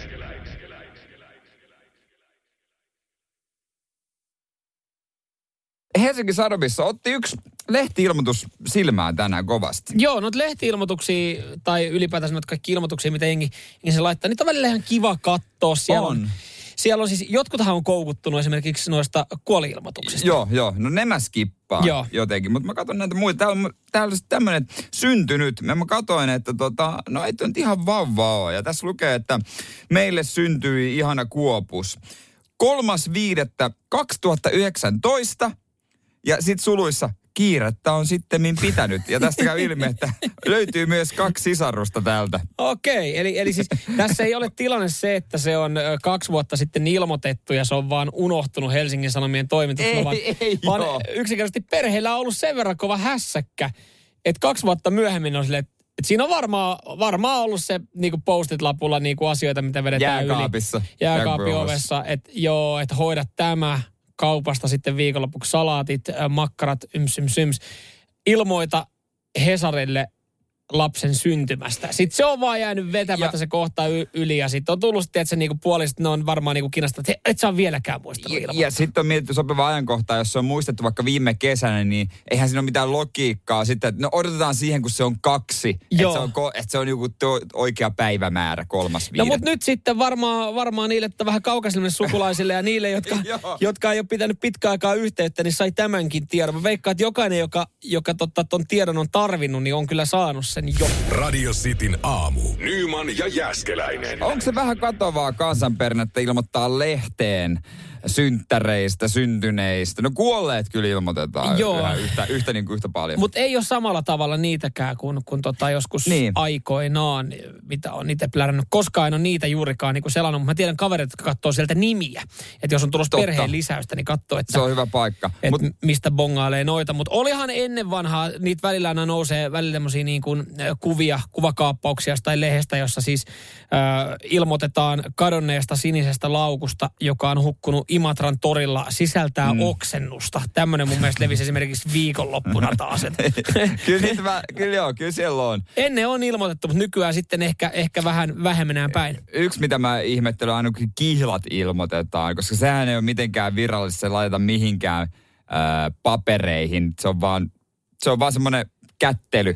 S3: Helsingin Sanomissa otti yksi lehti-ilmoitus silmään tänään kovasti.
S2: Joo, noita lehti-ilmoituksia tai ylipäätään noita kaikki ilmoituksia, mitä jengi, jengi se laittaa, niitä on välillä ihan kiva katsoa. Siellä on. on Siellä on siis, jotkuthan on koukuttunut esimerkiksi noista kuoli-ilmoituksista.
S3: Joo, joo. No ne mä skippaan joo. jotenkin. Mutta mä katson näitä muita. Täällä on, täällä on tämmöinen syntynyt. Mä, mä katsoin, että tota, no ei nyt ihan vauva ole. Ja tässä lukee, että meille syntyi ihana Kuopus. kolmas viidettä kaksituhattayhdeksäntoista ja sit suluissa kiirettä on sittemmin pitänyt. Ja tästä käy ilmi, että löytyy myös kaksi sisarusta täältä.
S2: Okei, eli, eli siis tässä ei ole tilanne se, että se on kaksi vuotta sitten ilmoitettu ja se on vaan unohtunut Helsingin Sanomien toimituksella.
S3: Ei,
S2: vaan,
S3: ei,
S2: vaan
S3: joo.
S2: yksinkertaisesti perheellä on ollut sen verran kova hässäkkä, että kaksi vuotta myöhemmin on silleen, että et siinä on varmaan, varmaan ollut se niinku postit-lapulla niinku asioita, mitä vedetään
S3: Jääkaapissa.
S2: yli. Jääkaapin ovessa. Että joo, että hoida tämä kaupasta sitten viikonlopuksi salaatit, äh, makkarat, yms, yms, yms. Ilmoita Hesarille lapsen syntymästä. Sitten se on vaan jäänyt vetämättä ja se kohta y- yli ja sitten on tullut sitten, että se niinku puoliset, ne on varmaan niinku kinasta, että et sä ole vieläkään muistanut ilmoittaa.
S3: Ja, ja sitten on mietitty sopiva ajankohta, jos se on muistettu vaikka viime kesänä, niin eihän siinä ole mitään logiikkaa sitten, että no odotetaan siihen, kun se on kaksi. Että se on, ko- et se on joku to- oikea päivämäärä, kolmas viidettä.
S2: No mutta nyt sitten varmaan, varmaan niille, että vähän kaukaisille sukulaisille ja niille, jotka, jotka ei ole pitänyt pitkään aikaa yhteyttä, niin sai tämänkin tiedon. Mä veikkaan, että jokainen, joka, joka totta, ton tiedon on tarvinnut, niin on kyllä saanut sen jo.
S1: Radio Cityn aamu. Nyman ja Jääskeläinen.
S3: Onko se vähän katovaa kansanperinnettä ilmoittaa lehteen synttäreistä, syntyneistä? No kuolleet kyllä ilmoitetaan yhä, yhtä, yhtä, niin kuin yhtä paljon.
S2: Mutta ei ole samalla tavalla niitäkään kuin, kuin tota joskus niin. aikoinaan, mitä on itse plärännyt. Koskaan en ole niitä juurikaan niin kuin selannut, mutta mä tiedän kaverit, jotka katsoo sieltä nimiä. Että jos on tulossa perheen lisäystä, niin katsoo, että
S3: se on hyvä paikka.
S2: Että Mut, mistä bongailee noita. Mutta olihan ennen vanhaa, niitä välillä aina nousee välillä tämmöisiä niin kuin kuvia, kuvakaappauksia tai lehdestä, jossa siis äh, ilmoitetaan kadonneesta sinisestä laukusta, joka on hukkunut Imatran torilla, sisältää mm. oksennusta. Tämmöinen mun mielestä levisi esimerkiksi viikonloppuna taas.
S3: kyllä, niitä, kyllä joo, kyllä siellä on.
S2: Ennen on ilmoitettu, mutta nykyään sitten ehkä, ehkä vähän vähemmän päin.
S3: Yksi, mitä mä ihmettelen, aina kun kihlat ilmoitetaan, koska sehän ei ole mitenkään virallisesti, se laiteta mihinkään ää, papereihin. Se on vaan, se on vaan semmoinen kättely.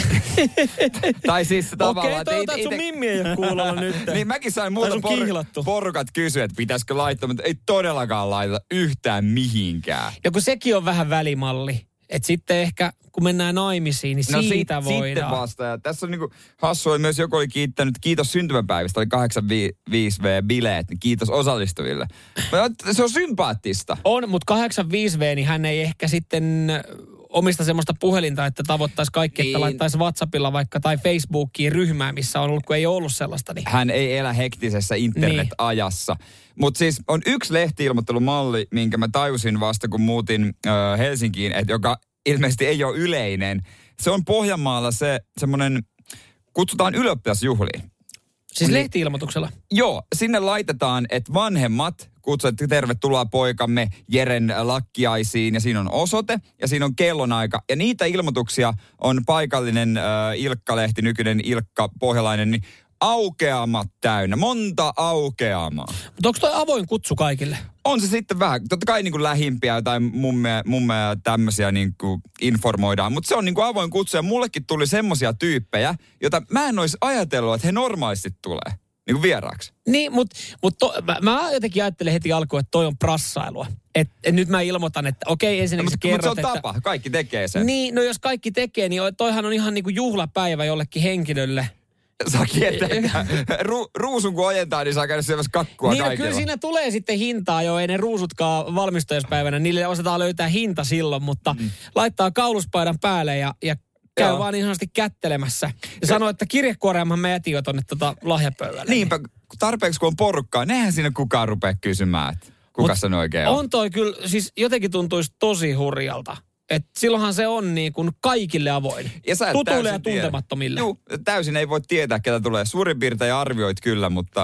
S3: tai siis tavallaan...
S2: Okei, toivotaan, että sun mimmi ei ole kuulolla nyt.
S3: Niin mäkin sain muuta por- porukat kysyä, että pitäisikö laittaa, mutta ei todellakaan laiteta yhtään mihinkään.
S2: Ja kun sekin on vähän välimalli. Että sitten ehkä, kun mennään naimisiin, niin no siitä sit, voidaan.
S3: Sitten vasta. Ja tässä on niinku hassua, myös joku oli kiittänyt, kiitos syntymäpäivistä, oli kahdeksankymmentäviisi vuotias-bileet, niin kiitos osallistuville. Se on sympaattista.
S2: On, mutta kahdeksankymmentäviisi vuotias, niin hän ei ehkä sitten omista semmoista puhelinta, että tavoittaisi kaikki, että laittaisi WhatsAppilla vaikka tai Facebookiin ryhmää, missä on ollut, kun ei ole ollut sellaista. Niin.
S3: Hän ei elä hektisessä internet-ajassa. Niin. Mutta siis on yksi lehti-ilmoittelumalli, minkä mä tajusin vasta, kun muutin ö, Helsinkiin, että joka ilmeisesti ei ole yleinen. Se on Pohjanmaalla se semmoinen, kutsutaan ylioppilasjuhliin.
S2: Siis niin, lehti-ilmoituksella?
S3: Joo, sinne laitetaan, että vanhemmat kutsuvat, että tervetuloa poikamme Jeren lakkiaisiin, ja siinä on osoite, ja siinä on kellonaika. Ja niitä ilmoituksia on paikallinen äh, Ilkka-lehti, nykyinen Ilkka Pohjalainen, niin aukeamat täynnä. Monta aukeamaa.
S2: Mutta onko toi avoin kutsu kaikille?
S3: On se sitten vähän. Totta kai niin kuin lähimpiä jotain mummeja, mummeja tämmöisiä niin kuin informoidaan. Mutta se on niin kuin avoin kutsu. Ja mullekin tuli semmoisia tyyppejä, joita mä en olisi ajatellut, että he normaalisti tulee. Niin kuin vieraaksi.
S2: Niin, mutta mut mä, mä jotenkin ajattelen heti alkuun, että toi on prassailua. Että et nyt mä ilmoitan, että okei, ensinnäkin
S3: no,
S2: sä kerrot,
S3: mutta se on tapa. Kaikki tekee sen.
S2: Niin, no jos kaikki tekee, niin toihan on ihan niin kuin juhlapäivä jollekin henkilölle.
S3: Saa kieltää, Ru, ruusun kun ojentaa, niin saa käydä syömässä kakkua
S2: niin,
S3: kaikilla.
S2: Niin, kyllä siinä tulee sitten hintaa jo, ei ne ruusutkaan valmistajaispäivänä. Niille osataan löytää hinta silloin, mutta mm. laittaa kauluspaidan päälle ja, ja käy Joo. vaan niin sanotusti kättelemässä. Ja sanoo, että kirjekuoreamman mä jätin jo tonne tota lahjapöydälle.
S3: Niinpä, tarpeeksi kun on porukkaa, nehän siinä kukaan rupea kysymään, että kuka sen oikein on.
S2: On toi kyllä, siis jotenkin tuntuisi tosi hurjalta. Että silloinhan se on niin kuin kaikille avoin. Ja tutuille ja tuntemattomille.
S3: Joo, täysin ei voi tietää, ketä tulee. Suurin piirtein arvioit kyllä, mutta...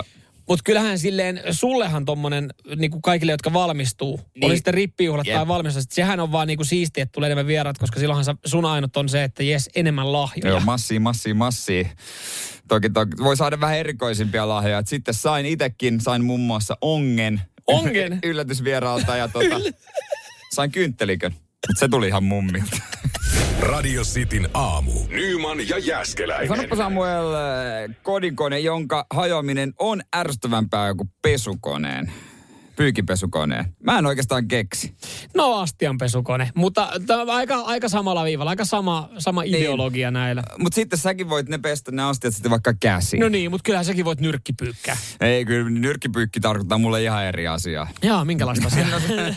S2: Mutta kyllähän silleen, sullehan tommonen, niin kuin kaikille, jotka valmistuu, niin. Oli sitten rippijuhlat
S3: Jep.
S2: tai valmistus, sehän on vaan niin kuin siistiä, että tulee enemmän vieraat, koska silloinhan sun ainut on se, että jes, enemmän lahjoja.
S3: Joo, massia, massia, massia. Toki, toki voi saada vähän erikoisimpia lahjoja. Et sitten sain itekin, sain muun muassa ongen.
S2: Ongen?
S3: Yllätysvieraalta ja tuota, sain kynttelikön. Se tuli ihan mummilta.
S1: Radio Cityn aamu. Nyman ja Jääskeläinen.
S3: Sanoppa Samuel, kodikone, jonka hajoaminen on ärsyttävämpää kuin pesukoneen. Pyykipesukoneen. Mä en oikeastaan keksi.
S2: No astianpesukone, mutta t- aika, aika samalla viivalla, aika sama, sama ideologia näillä.
S3: Mutta sitten säkin voit ne pestä ne astiat sitten vaikka käsiin.
S2: No niin, mutta kyllähän säkin voit nyrkkipyykkää.
S3: Ei, kyllä nyrkkipyykki tarkoittaa mulle ihan eri asiaa.
S2: Jaa, minkälaista asiaa?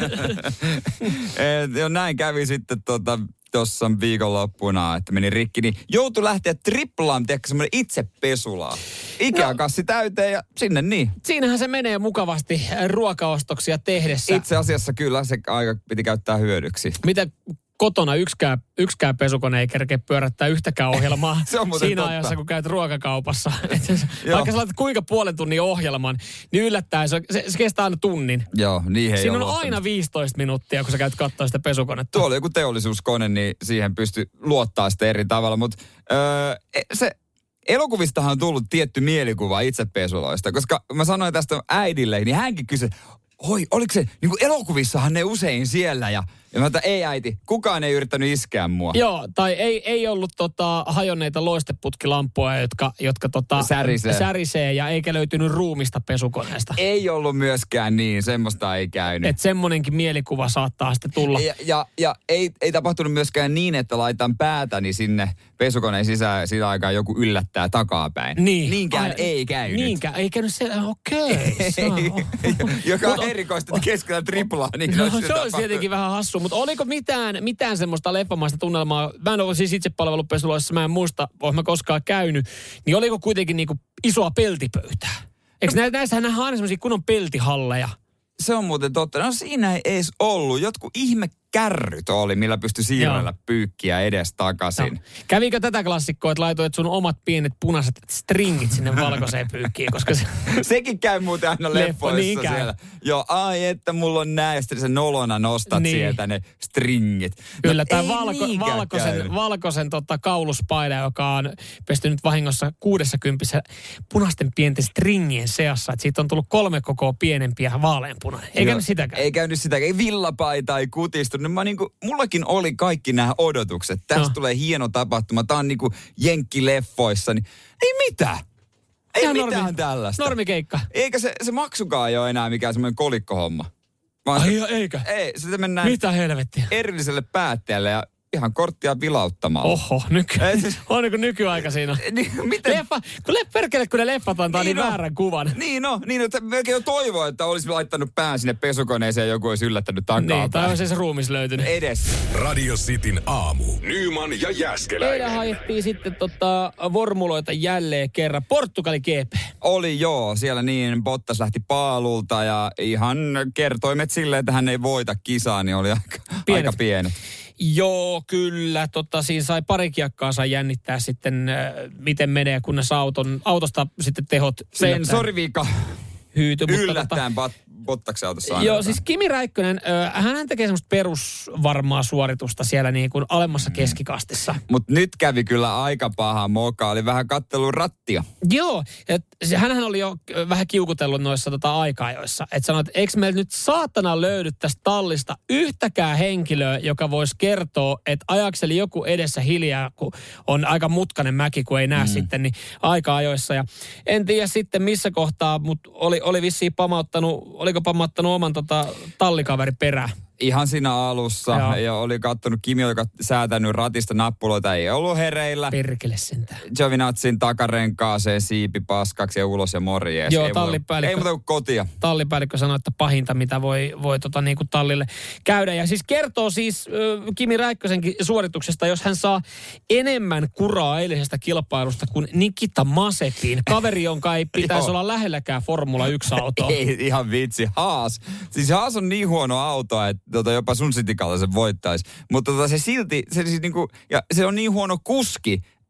S3: Jo näin kävi sitten tuota, tuossa viikonloppuna, että meni rikki, niin joutui lähteä triplaan, tiedätkö, semmoinen itsepesulaa. Ikea-kassi täyteen ja sinne niin.
S2: Siinähän se menee mukavasti ruokaostoksia tehdessä.
S3: Itse asiassa kyllä se aika piti käyttää hyödyksi.
S2: Miten kotona yksikään, yksikään pesukone ei kerkeä pyörättää yhtäkään ohjelmaa
S3: Se on muuten
S2: siinä
S3: totta.
S2: ajassa, kun käyt ruokakaupassa. Vaikka sä laitat kuinka puolen tunnin ohjelman, niin yllättäen se, se, se kestää aina tunnin.
S3: Joo, niin ei
S2: Siinä on
S3: ole
S2: aina viisitoista minuuttia, kun sä käyt katsoa sitä pesukonetta.
S3: Tuo oli joku teollisuuskone, niin siihen pystyi luottaa sitten eri tavalla. Mutta öö, se elokuvistahan on tullut tietty mielikuva itsepesuloista, koska mä sanoin tästä äidille, niin hänkin kysyi, oi, oliko se, niin kuin elokuvissahan ne usein siellä ja, ja mä otan, ei äiti, kukaan ei yrittänyt iskeä mua.
S2: Joo, tai ei, ei ollut tota, hajonneita loisteputkilamppuja, jotka, jotka tota,
S3: Särisee.
S2: särisee ja eikä löytynyt ruumista pesukoneesta.
S3: Ei ollut myöskään niin, semmoista ei käynyt.
S2: Että semmonenkin mielikuva saattaa sitten tulla.
S3: Ja, ja, ja ei, ei tapahtunut myöskään niin, että laitan päätäni sinne pesukoneen sisään ja sitä aikaa joku yllättää takapäin.
S2: Niin.
S3: Niinkään
S2: Ai,
S3: ei käynyt.
S2: Niinkään, ei käynyt se, okei.
S3: Ei, joka on erikoista, että keskellä triplaa. Niin
S2: no, se olisi tietenkin vähän hassu, mutta oliko mitään, mitään semmoista leffamaista tunnelmaa? Mä en ole siis itse palvelupesuloissa, mä en muista, olen mä koskaan käynyt. Niin oliko kuitenkin niinku isoa peltipöytää? Eikö nä, näissähän nähdään aina semmoisia kunnon peltihalleja?
S3: Se on muuten totta. No siinä ei edes ollut. Jotkut ihme kärryt oli, millä pystyi siirrellä pyykkiä edes takaisin.
S2: No. Kävikö tätä klassikkoa, että laitoit sun omat pienet punaiset stringit sinne valkoiseen pyykkiin, koska se...
S3: Sekin käy muuten aina
S2: Leffa,
S3: leffoissa
S2: niin käy.
S3: siellä. Joo, ai että mulla on näin, ja sitten sen nolona nostat
S2: niin.
S3: sieltä ne stringit.
S2: Kyllä,
S3: no,
S2: tämä valko, valkoisen, valkoisen tota, kauluspaida, joka on pestynyt vahingossa kuudessakympissä punaisten pienten stringien seassa. Että siitä on tullut kolme kokoa pienempiä vaaleanpunainen. Ei käynyt sitäkään.
S3: Ei käynyt sitäkään. Ei villapaita, ei kutistunut. Mä niinku, mullakin oli kaikki nämä odotukset. Tästä
S2: no.
S3: tulee hieno tapahtuma. Tää on niinku jenkkileffoissa. Niin ei mitään. Ei
S2: Ihan
S3: mitään
S2: normi,
S3: tällaista.
S2: Normikeikka.
S3: Eikä se, se maksukaan ei ole enää mikään semmoinen kolikkohomma. Vaan
S2: Ai
S3: se,
S2: ja eikä?
S3: Ei, sitä mennään
S2: Mitä helvettiä?
S3: erilliselle päättäjälle ja ihan korttia vilauttamalla.
S2: Oho, nyky,
S3: siis,
S2: on niin kuin nykyaika siinä.
S3: Niin, miten?
S2: Leffa, kun le, perkele, kun ne leffat antaa niin,
S3: Niin
S2: niin
S3: no.
S2: väärän kuvan.
S3: Niin no, niin että melkein jo toivoa, että olisi laittanut pään sinne pesukoneeseen ja joku olisi yllättänyt takaa.
S2: Niin, tai olisi se ruumis löytynyt.
S3: Edes.
S1: Radio Cityn aamu. Nyman ja Jääskeläinen.
S2: Eilen haettiin sitten tota, vormuloita jälleen kerran. Portugali G P.
S3: Oli joo, siellä niin Bottas lähti paalulta ja ihan kertoimet silleen, että hän ei voita kisaa, niin oli aika
S2: Pienet.
S3: aika pienet.
S2: Joo, kyllä. Tota, siinä sai pari kiekkaa saa jännittää sitten, äh, miten menee, kunnes auton, autosta sitten tehot
S3: Sensorivika
S2: hyyty.
S3: yllättäen tota, Bottaksen autossa aina.
S2: Joo, siis Kimi Räikkönen, äh, hän tekee semmoista perusvarmaa suoritusta siellä niin kuin alemmassa keskikastissa.
S3: Mutta nyt kävi kyllä aika paha moka, oli vähän kattelun rattia.
S2: Joo, että hänhän oli jo vähän kiukutellut noissa tota aika-ajoissa. Että sanoi, että eikö meillä nyt saatana löydy tästä tallista yhtäkään henkilöä, joka voisi kertoa, että ajakseli joku edessä hiljaa, kun on aika mutkainen mäki, kun ei näe mm. sitten, niin aika-ajoissa. Ja en tiedä sitten missä kohtaa, mutta oli, oli vissiin pamauttanut, oliko pamauttanut oman tota, tallikaveri perään.
S3: Ihan siinä alussa. Joo. Ja oli kattonut Kimi, joka säätänyt ratista nappuloita, ei ollut hereillä.
S2: Perkele sentään.
S3: Giovinazziin takarenkaaseen siipi paskaksi ja ulos ja morjees.
S2: Joo,
S3: ei
S2: tallipäällikkö.
S3: Ei muuta kuin kotia.
S2: Tallipäällikkö sanoi, että pahinta, mitä voi, voi tota, niin kuin tallille käydä. Ja siis kertoo siis äh, Kimi Räikkösenkin suorituksesta, jos hän saa enemmän kuraa eilisestä kilpailusta kuin Nikita Mazepin. Kaveri, jonka ei pitäisi olla lähelläkään Formula yksi-autoa.
S3: Ei, ihan vitsi. Haas. Siis Haas on niin huono auto, että tota, jopa sun sitikalla se voittaisi. Mutta tota, se silti, se, siis niinku, ja se on niin huono kuski, että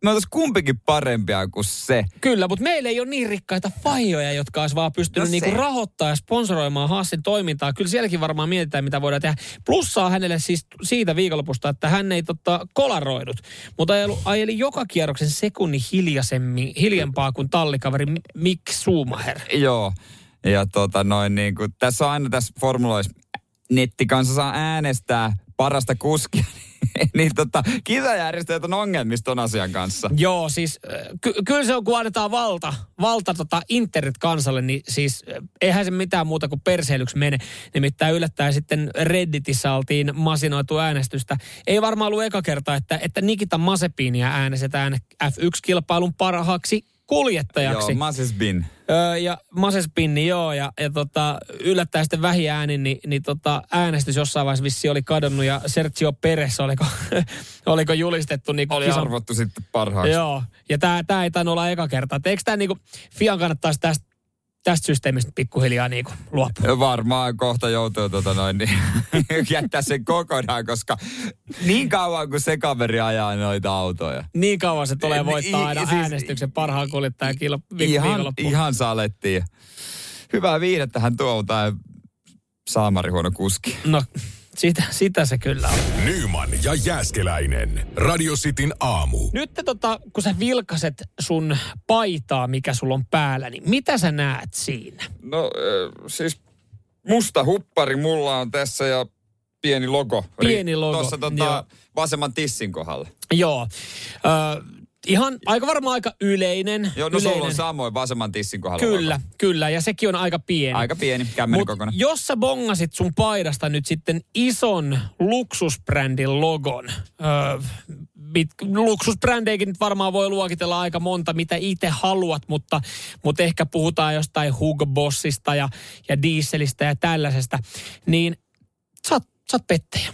S3: me oltais kumpikin parempia kuin se.
S2: Kyllä, mutta meillä ei ole niin rikkaita faijoja, jotka olisi vaan pystynyt no niinku rahoittamaan ja sponsoroimaan Hassin toimintaa. Kyllä sielläkin varmaan mietitään, mitä voidaan tehdä. Plussaa hänelle siis siitä viikonlopusta, että hän ei tota kolaroidut, mutta ajeli, ajeli joka kierroksen sekunnin hiljaisemmin, hiljempaa kuin tallikaveri Mick Schumacher.
S3: Joo, ja tota noin niin kuin, tässä on aina tässä formuloissa, nettikansa saa äänestää parasta kuskia, niin tota, kisajärjestäjät on ongelmista ton asian kanssa.
S2: Joo, siis ky- kyllä se on, kun annetaan valta, valta tota internet-kansalle, niin siis eihän se mitään muuta kuin perseilyksi mene. Nimittäin yllättäen sitten Redditissä oltiin masinoitu äänestystä. Ei varmaan ollut eka kerta, että, että Nikita Mazepinia äänestetään F yksi -kilpailun parhaaksi kuljettajaksi.
S3: Joo, Mazepin.
S2: Öö, ja Mazepin, joo, ja, ja tota, yllättäen sitten vähiäänin, niin, niin tota, äänestys jossain vaiheessa vissiin oli kadonnut, ja Sergio Perez, oliko, oliko julistettu niin
S3: oli kisan... arvottu sitten parhaaksi.
S2: Joo, ja tämä ei tainnut olla eka kerta. Et eikö tämä niinku, Fian kannattaisi tästä, tästä systeemistä pikkuhiljaa niinku luopua?
S3: Varmaan kohta joutuu tota noin, niin, jättää sen kokonaan, koska niin kauan kuin se kaveri ajaa noita autoja.
S2: Niin kauan se tulee voittaa aina siis, äänestyksen parhaan kuljettajan kilo,
S3: viikonloppuun. Ihan salettiin. Hyvää viihdettähän tuo tai saamarihuono kuski.
S2: No, sitä, sitä se kyllä on.
S1: Nyman ja Jääskeläinen. Radio Cityn aamu.
S2: Nyt tota, kun sä vilkaset sun paitaa, mikä sulla on päällä, niin mitä sä näet siinä?
S3: No siis musta huppari mulla on tässä ja pieni logo.
S2: Pieni logo.
S3: Tuossa tota, vasemman tissin kohdalla.
S2: Joo. Ö, ihan aika varmaan aika yleinen.
S3: Joo, no
S2: yleinen.
S3: sulla on samoin vasemman tissin kohdalla.
S2: Kyllä, logo. Kyllä. Ja sekin on aika pieni.
S3: Aika pieni, kämmenen kokoinen.
S2: Jos sä bongasit sun paidasta nyt sitten ison luksusbrändin logon. Öö, mit, luksusbrändeikin nyt varmaan voi luokitella aika monta, mitä itse haluat, mutta, mutta ehkä puhutaan jostain Hugo Bossista ja, ja Dieselistä ja tällaisesta. Niin sä oot, sä oot pettäjä.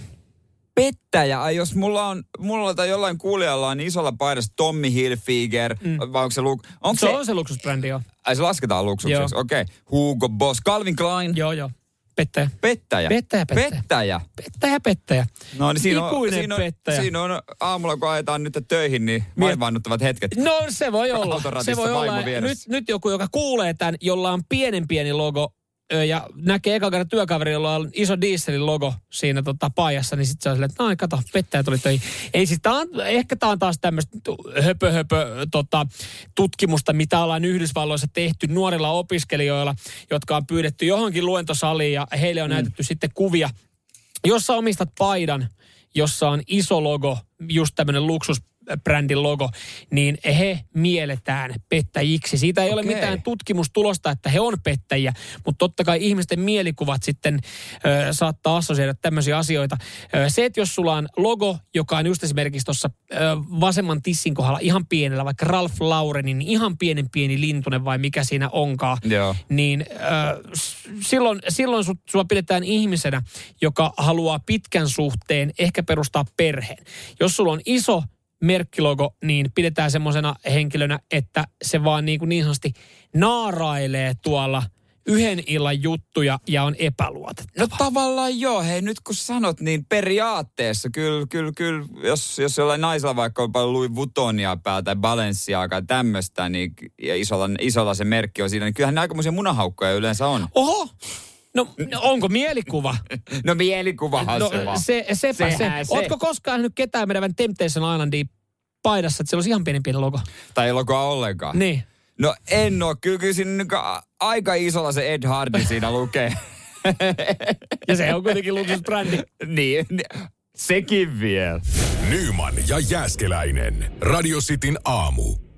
S3: Pettäjä. Ai jos mulla on, mulla tai jollain kuulijalla on isolla paidassa Tommy Hilfiger, mm. vai onko se luk... Onko
S2: se, se on se luksusbrändi, joo.
S3: Ai se lasketaan luksukseksi, okei. Okay. Hugo Boss, Calvin Klein.
S2: Joo, joo. Pettäjä.
S3: Pettäjä.
S2: Pettäjä, pettäjä.
S3: Pettäjä.
S2: Pettäjä, pettäjä.
S3: No niin siinä on,
S2: Ikuinen
S3: siinä on,
S2: pettäjä.
S3: Siinä on aamulla, kun ajetaan nyt töihin, niin vaivaannuttavat hetket.
S2: No se voi olla. Se voi olla. Nyt, nyt joku, joka kuulee tämän, jolla on pienen pieni logo, ja näkee eka kerran työkaveri, jolla on iso dieselin logo siinä tota, paijassa, niin sitten se on silleen, että no kato, pettäjä tuli töihin. Ei siis, tää on, ehkä tämä on taas tämmöistä höpö, höpö tota, tutkimusta, mitä ollaan Yhdysvalloissa tehty nuorilla opiskelijoilla, jotka on pyydetty johonkin luentosaliin ja heille on mm. näytetty sitten kuvia, jossa omistat paidan, jossa on iso logo, just tämmöinen luksus brändin logo, niin he mielletään pettäjiksi. Siitä ei okay. ole mitään tutkimustulosta, että he on pettäjiä, mutta totta kai ihmisten mielikuvat sitten ö, saattaa assosioida tämmöisiä asioita. Ö, se, että jos sulla on logo, joka on just esimerkiksi tuossa vasemman tissin kohdalla ihan pienellä, vaikka Ralph Laurenin ihan pienen pieni lintunen vai mikä siinä onkaan,
S3: Joo.
S2: niin ö, silloin, silloin sut, sua pidetään ihmisenä, joka haluaa pitkän suhteen ehkä perustaa perheen. Jos sulla on iso merkkilogo, niin pidetään semmoisena henkilönä, että se vaan niin, kuin niin sanotusti naarailee tuolla yhden illan juttuja ja on epäluotettava.
S3: No tavallaan joo, hei nyt kun sanot, niin periaatteessa kyllä, kyllä, kyllä, jos, jos jollain naisella vaikka on paljon Louis Vuittonia päällä tai Balenciagaa tämmöistä, niin ja isolla, isolla se merkki on siinä, niin kyllähän ne aikamoisia munahaukkoja yleensä on.
S2: Oho! No onko mielikuva?
S3: No mielikuvahan
S2: no,
S3: se vaan.
S2: Se, sepä se. se. Ootko koskaan nyt ketään menevän Temptation Islandiin paidassa, että siellä olisi ihan pieni pieni logo?
S3: Tai ei logoa ollenkaan.
S2: Niin.
S3: No en oo. Kyllä, kyllä siinä aika isolla se Ed Hardy siinä lukee.
S2: Ja se on kuitenkin luksusbrändi.
S3: Niin, sekin vielä.
S1: Nyman ja Jääskeläinen. Radio Cityn aamu.